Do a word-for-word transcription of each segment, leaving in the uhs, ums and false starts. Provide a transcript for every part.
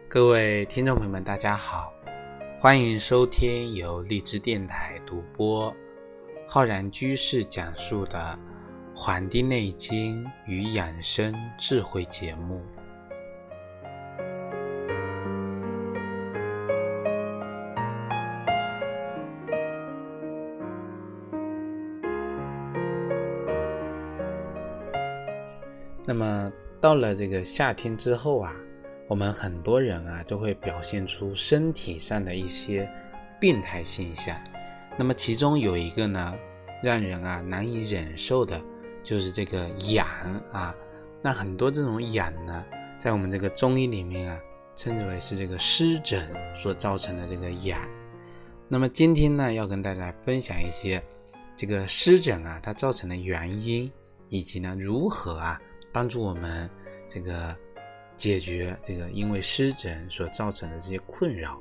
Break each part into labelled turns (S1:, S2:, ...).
S1: 各位听众朋友们大家好，欢迎收听由荔枝电台独播浩然居士讲述的《黄帝内经与养生智慧》节目。那么到了这个夏天之后啊，我们很多人啊都会表现出身体上的一些病态现象。那么其中有一个呢，让人啊难以忍受的，就是这个痒啊。那很多这种痒呢，在我们这个中医里面啊，称之为是这个湿疹所造成的这个痒。那么今天呢，要跟大家分享一些这个湿疹啊它造成的原因，以及呢如何啊帮助我们这个解决这个因为湿疹所造成的这些困扰。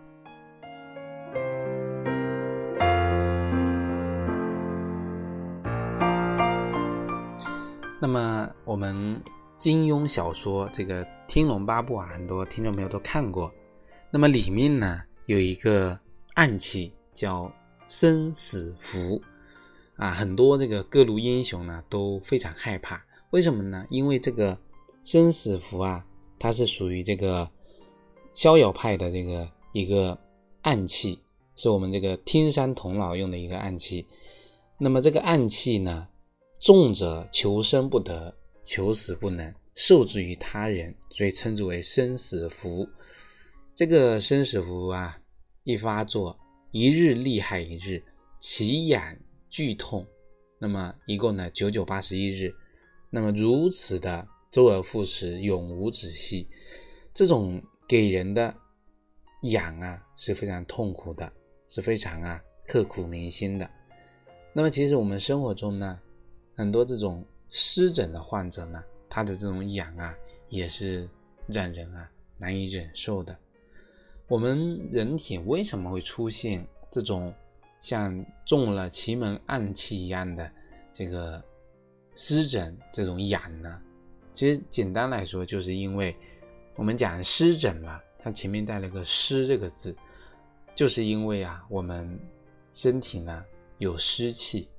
S1: 那么我们金庸小说这个《天龙八部》啊，很多听众朋友都看过。那么里面呢有一个暗器叫生死符啊，很多这个各路英雄呢都非常害怕。为什么呢？因为这个生死符啊，它是属于这个逍遥派的这个一个暗器，是我们这个天山童姥用的一个暗器。那么这个暗器呢，重者求生不得，求死不能，受制于他人，所以称之为生死符。这个生死符啊，一发作，一日厉害一日，奇痒剧痛，那么一共呢九九八十一日。那么如此的周而复始，永无止息，这种给人的痒啊是非常痛苦的，是非常啊刻骨铭心的。那么其实我们生活中呢，很多这种湿疹的患者呢，他的这种痒啊也是让人啊难以忍受的。我们人体为什么会出现这种像中了奇门暗器一样的这个湿疹这种痒呢？其实简单来说，就是因为我们讲湿疹嘛，它前面带了个湿这个字，就是因为啊我们身体呢有湿气。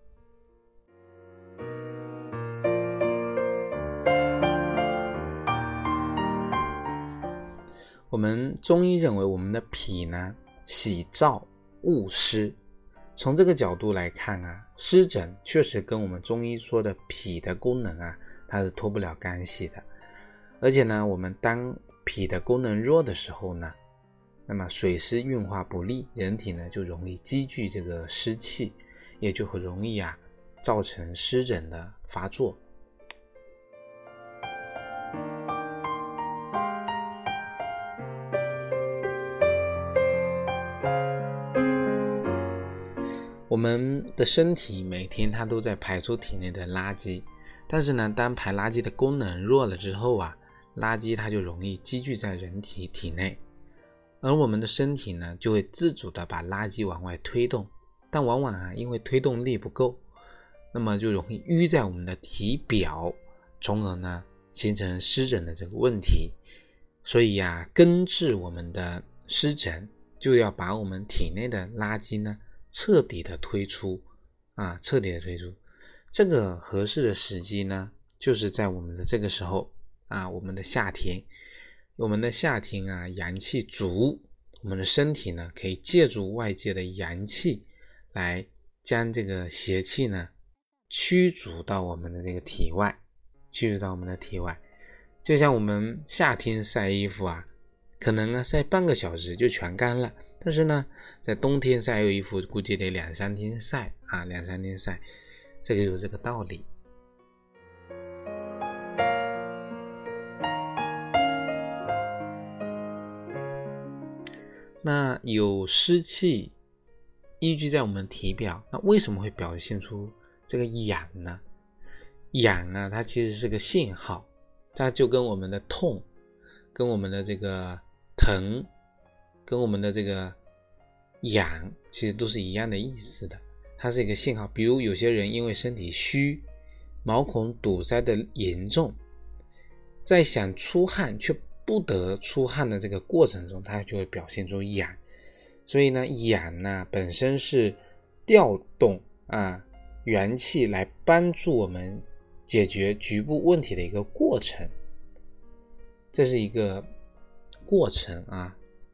S1: 我们中医认为我们的脾呢喜燥恶湿，从这个角度来看啊，湿疹确实跟我们中医说的脾的功能啊它是脱不了干系的。而且呢，我们当脾的功能弱的时候呢，那么水湿运化不利，人体呢就容易积聚这个湿气，也就很容易啊造成湿疹的发作。我们的身体每天它都在排出体内的垃圾，但是呢，当排垃圾的功能弱了之后啊，垃圾它就容易积聚在人体体内，而我们的身体呢就会自主的把垃圾往外推动，但往往啊因为推动力不够，那么就容易淤在我们的体表，从而呢形成湿疹的这个问题。所以啊，根治我们的湿疹，就要把我们体内的垃圾呢彻底的推出啊，彻底的推出。这个合适的时机呢，就是在我们的这个时候啊，我们的夏天。我们的夏天啊，阳气足，我们的身体呢可以借助外界的阳气来将这个邪气呢驱逐到我们的这个体外，驱逐到我们的体外。就像我们夏天晒衣服啊，可能呢晒半个小时就全干了，但是呢在冬天晒衣服估计得两三天晒啊，两三天晒，这个有这个道理。那有湿气依据在我们体表，那为什么会表现出这个痒呢？痒啊，它其实是个信号，它就跟我们的痛，跟我们的这个疼，跟我们的这个痒，其实都是一样的意思的。它是一个信号。比如有些人因为身体虚，毛孔堵塞的严重，在想出汗却不得出汗的这个过程中，它就会表现出痒。所以呢，痒呢本身是调动啊元气来帮助我们解决局部问题的一个过程，这是一个过程啊。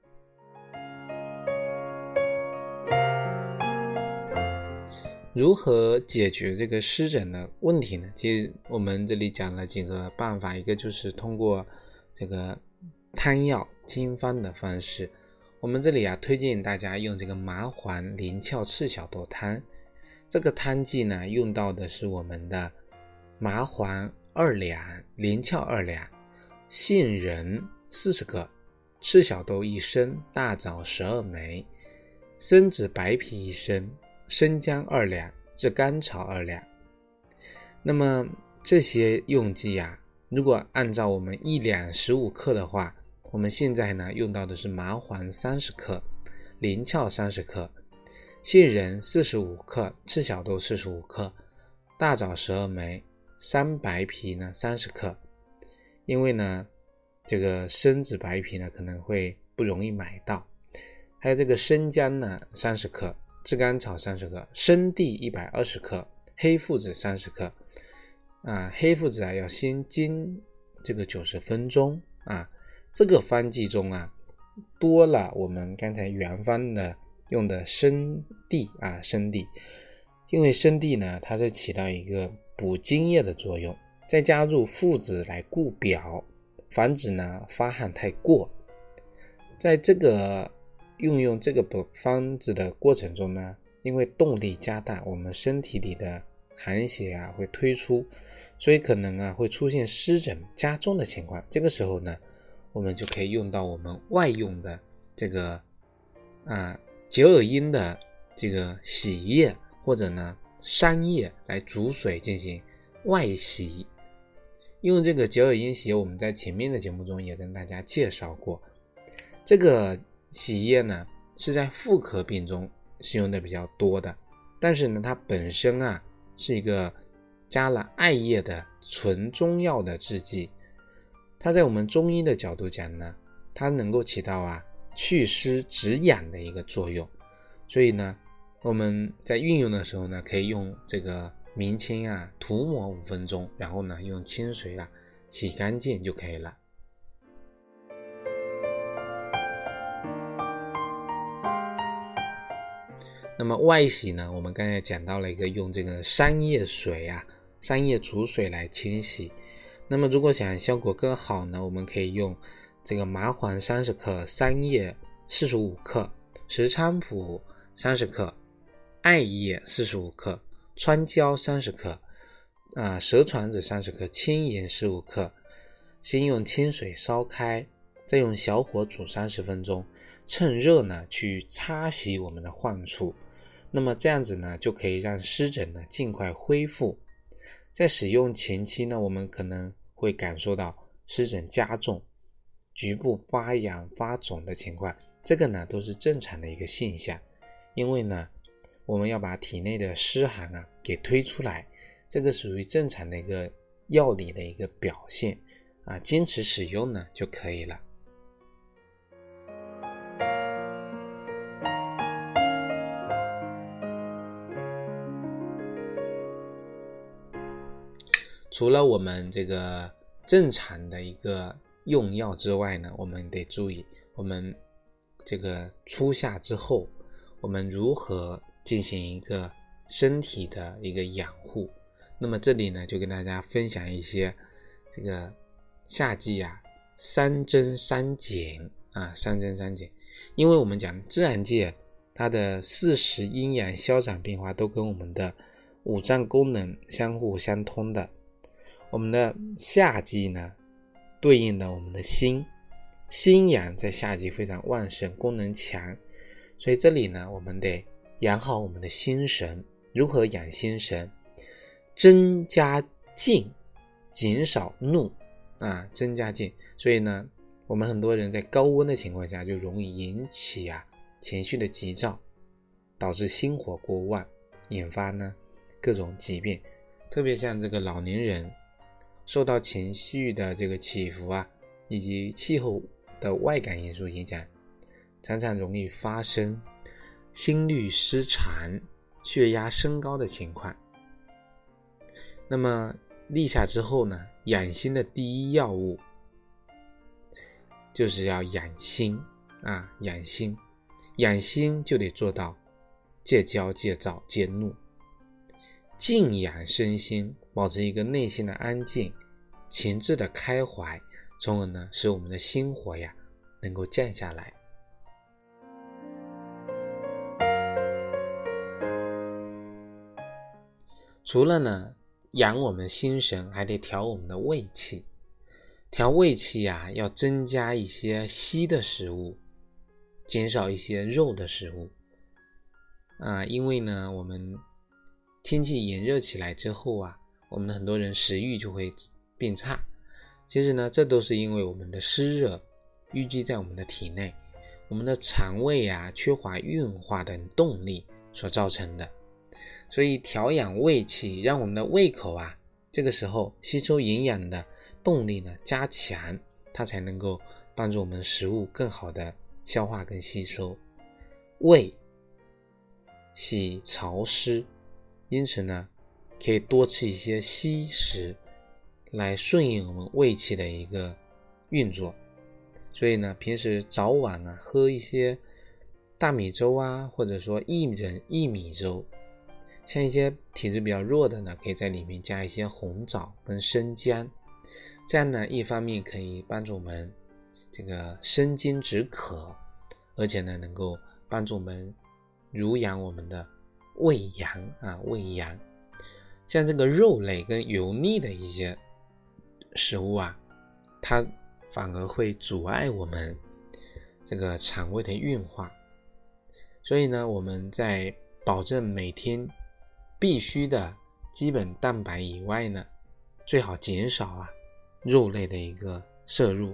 S1: 如何解决这个湿疹的问题呢？其实我们这里讲了几个办法，一个就是通过这个汤药经方的方式。我们这里啊推荐大家用这个麻黄连翘赤小豆汤。这个汤剂呢用到的是我们的麻黄二两、连翘二两、杏仁四十个、赤小豆一升、大枣十二枚、生紫白皮一升、生姜二两、炙甘草二两。那么这些用剂啊，如果按照我们一两十五克的话，我们现在呢用到的是麻黄三十克、连翘三十克、杏仁四十五克、赤小豆四十五克、大枣十二枚、山白皮呢三十克。因为呢这个生紫白皮呢可能会不容易买到，还有这个生姜呢三十克、炙甘草三十克、生地一百二十克、黑附子三十克啊，黑附子啊要先煎这个九十分钟啊。这个方剂中啊多了我们刚才原方的用的生地啊生地，因为生地呢它是起到一个补津液的作用，再加入附子来固表，防止呢发汗太过。在这个运用这个方子的过程中呢，因为动力加大，我们身体里的寒邪啊会推出，所以可能啊会出现湿疹加重的情况。这个时候呢，我们就可以用到我们外用的这个啊解耳阴的这个洗液，或者呢山叶来煮水进行外洗。用这个解耳阴洗液，我们在前面的节目中也跟大家介绍过。这个洗液呢是在妇科病中使用的比较多的，但是呢它本身啊是一个加了艾叶的纯中药的制剂。它在我们中医的角度讲呢，它能够起到啊祛湿止痒的一个作用。所以呢我们在运用的时候呢，可以用这个明清啊涂抹五分钟，然后呢用清水啊洗干净就可以了。那么外洗呢，我们刚才讲到了一个用这个山叶水啊山叶煮水来清洗。那么如果想效果更好呢，我们可以用这个麻黄三十克、山叶四十五克、石菖蒲三十克、艾叶四十五克、川椒三十克、啊蛇传子三十克、青盐十五克。先用清水烧开，再用小火煮三十分钟，趁热呢去擦洗我们的患处。那么这样子呢就可以让湿疹呢尽快恢复。在使用前期呢，我们可能会感受到湿疹加重、局部发痒发肿的情况，这个呢都是正常的一个现象。因为呢我们要把体内的湿寒啊给推出来，这个属于正常的一个药理的一个表现啊，坚持使用呢就可以了。除了我们这个正常的一个用药之外呢，我们得注意我们这个初夏之后我们如何进行一个身体的一个养护。那么这里呢就跟大家分享一些这个夏季啊三增三减啊三增三减。因为我们讲自然界它的四时阴阳消长变化都跟我们的五脏功能相互相通的。我们的夏季呢对应的我们的心，心阳在夏季非常旺盛，功能强，所以这里呢我们得养好我们的心神。如何养心神？增加静，减少怒啊，增加静。所以呢我们很多人在高温的情况下就容易引起啊情绪的急躁，导致心火过旺，引发呢各种疾病。特别像这个老年人受到情绪的这个起伏啊， 以及气候的外感因素影响，常常容易发生心律失常、血压升高的情况。那么立夏之后呢，养心的第一要务就是要养心啊，养心，养心就得做到戒骄、戒躁、戒怒，静养身心，保持一个内心的安静，情志的开怀，从而呢，使我们的心火呀能够降下来。除了呢养我们心神，还得调我们的胃气。调胃气呀，要增加一些稀的食物，减少一些肉的食物啊，因为呢我们天气炎热起来之后啊，我们很多人食欲就会变差。其实呢，这都是因为我们的湿热淤积在我们的体内，我们的肠胃啊缺乏运化的动力所造成的。所以调养胃气，让我们的胃口啊这个时候吸收营养的动力呢加强，它才能够帮助我们食物更好的消化跟吸收。胃喜潮湿，因此呢可以多吃一些稀食来顺应我们胃气的一个运作。所以呢平时早晚啊喝一些大米粥啊，或者说薏仁薏米粥。像一些体质比较弱的呢，可以在里面加一些红枣跟生姜，这样呢一方面可以帮助我们这个生津止渴，而且呢能够帮助我们濡养我们的胃阳啊胃阳。像这个肉类跟油腻的一些食物啊，它反而会阻碍我们这个肠胃的运化。所以呢我们在保证每天必须的基本蛋白以外呢，最好减少啊肉类的一个摄入。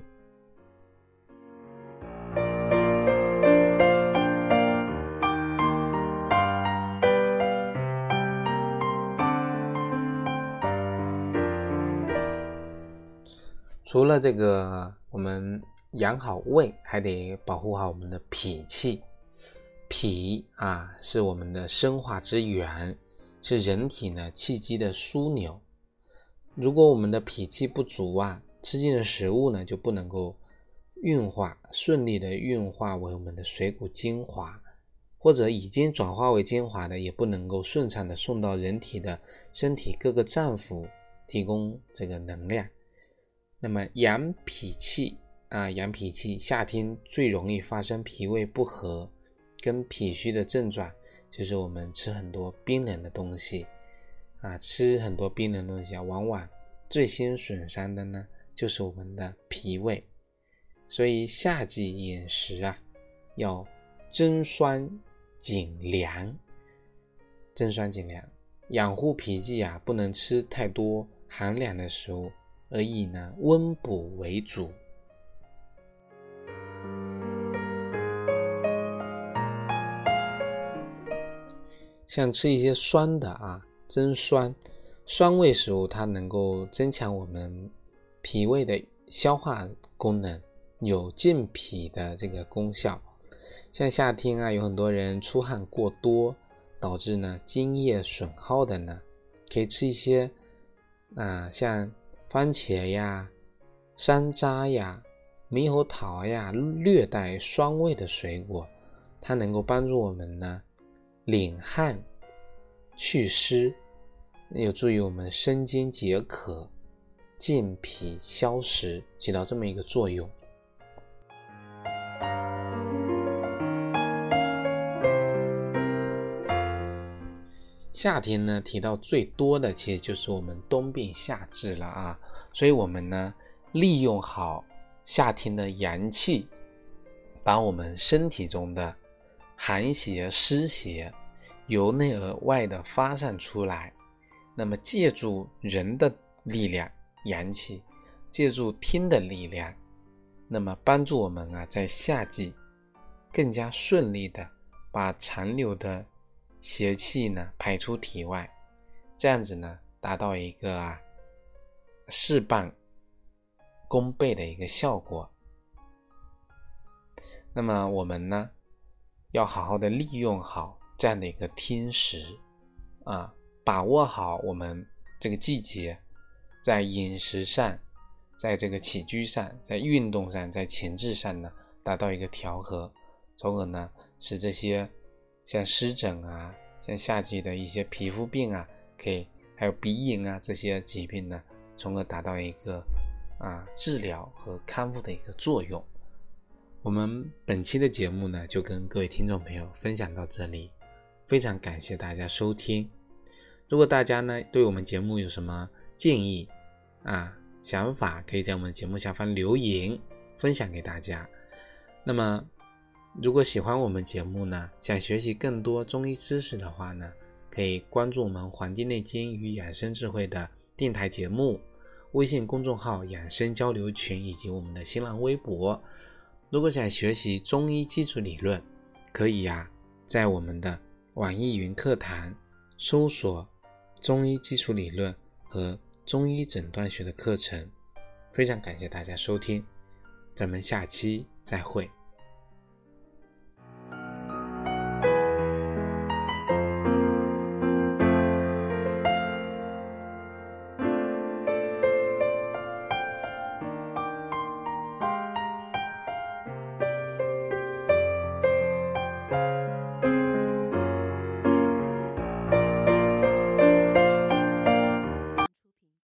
S1: 除了这个我们养好胃，还得保护好我们的脾气。脾啊是我们的生化之源，是人体呢气机的枢纽。如果我们的脾气不足啊，吃进的食物呢就不能够运化顺利的运化为我们的水谷精华，或者已经转化为精华的也不能够顺畅的送到人体的身体各个脏腑提供这个能量。那么养脾气啊，养脾气，夏天最容易发生脾胃不和跟脾虚的症状，就是我们吃很多冰冷的东西啊，吃很多冰冷的东西啊，往往最先损伤的呢就是我们的脾胃。所以夏季饮食啊要增酸紧凉，增酸紧凉，养护脾气啊不能吃太多寒凉的食物，而以呢温补为主。像吃一些酸的啊，增酸，酸味食物它能够增强我们脾胃的消化功能，有健脾的这个功效。像夏天啊，有很多人出汗过多，导致呢津液损耗的呢，可以吃一些啊，像番茄呀、山楂呀、猕猴桃呀，略带酸味的水果，它能够帮助我们呢领汗祛湿，有助于我们生津解渴、健脾消食，起到这么一个作用。夏天呢提到最多的其实就是我们冬病夏治了啊，所以我们呢利用好夏天的阳气，把我们身体中的寒邪湿邪由内而外的发散出来，那么借助人的力量阳气，借助天的力量，那么帮助我们啊在夏季更加顺利的把残留的邪气呢排出体外，这样子呢达到一个啊事半功倍的一个效果。那么我们呢，要好好的利用好这样的一个天时啊，把握好我们这个季节，在饮食上，在这个起居上，在运动上，在前置上呢，达到一个调和，从而呢，使这些像湿疹啊，像夏季的一些皮肤病啊，可以还有鼻炎啊这些疾病呢，从而达到一个啊治疗和康复的一个作用。我们本期的节目呢，就跟各位听众朋友分享到这里，非常感谢大家收听。如果大家呢对我们节目有什么建议啊想法，可以在我们节目下方留言分享给大家。那么如果喜欢我们节目呢，想学习更多中医知识的话呢，可以关注我们黄帝内经与养生智慧的电台节目、微信公众号养生交流群以及我们的新浪微博。如果想学习中医基础理论，可以呀、啊，在我们的网易云课堂搜索中医基础理论和中医诊断学的课程。非常感谢大家收听，咱们下期再会。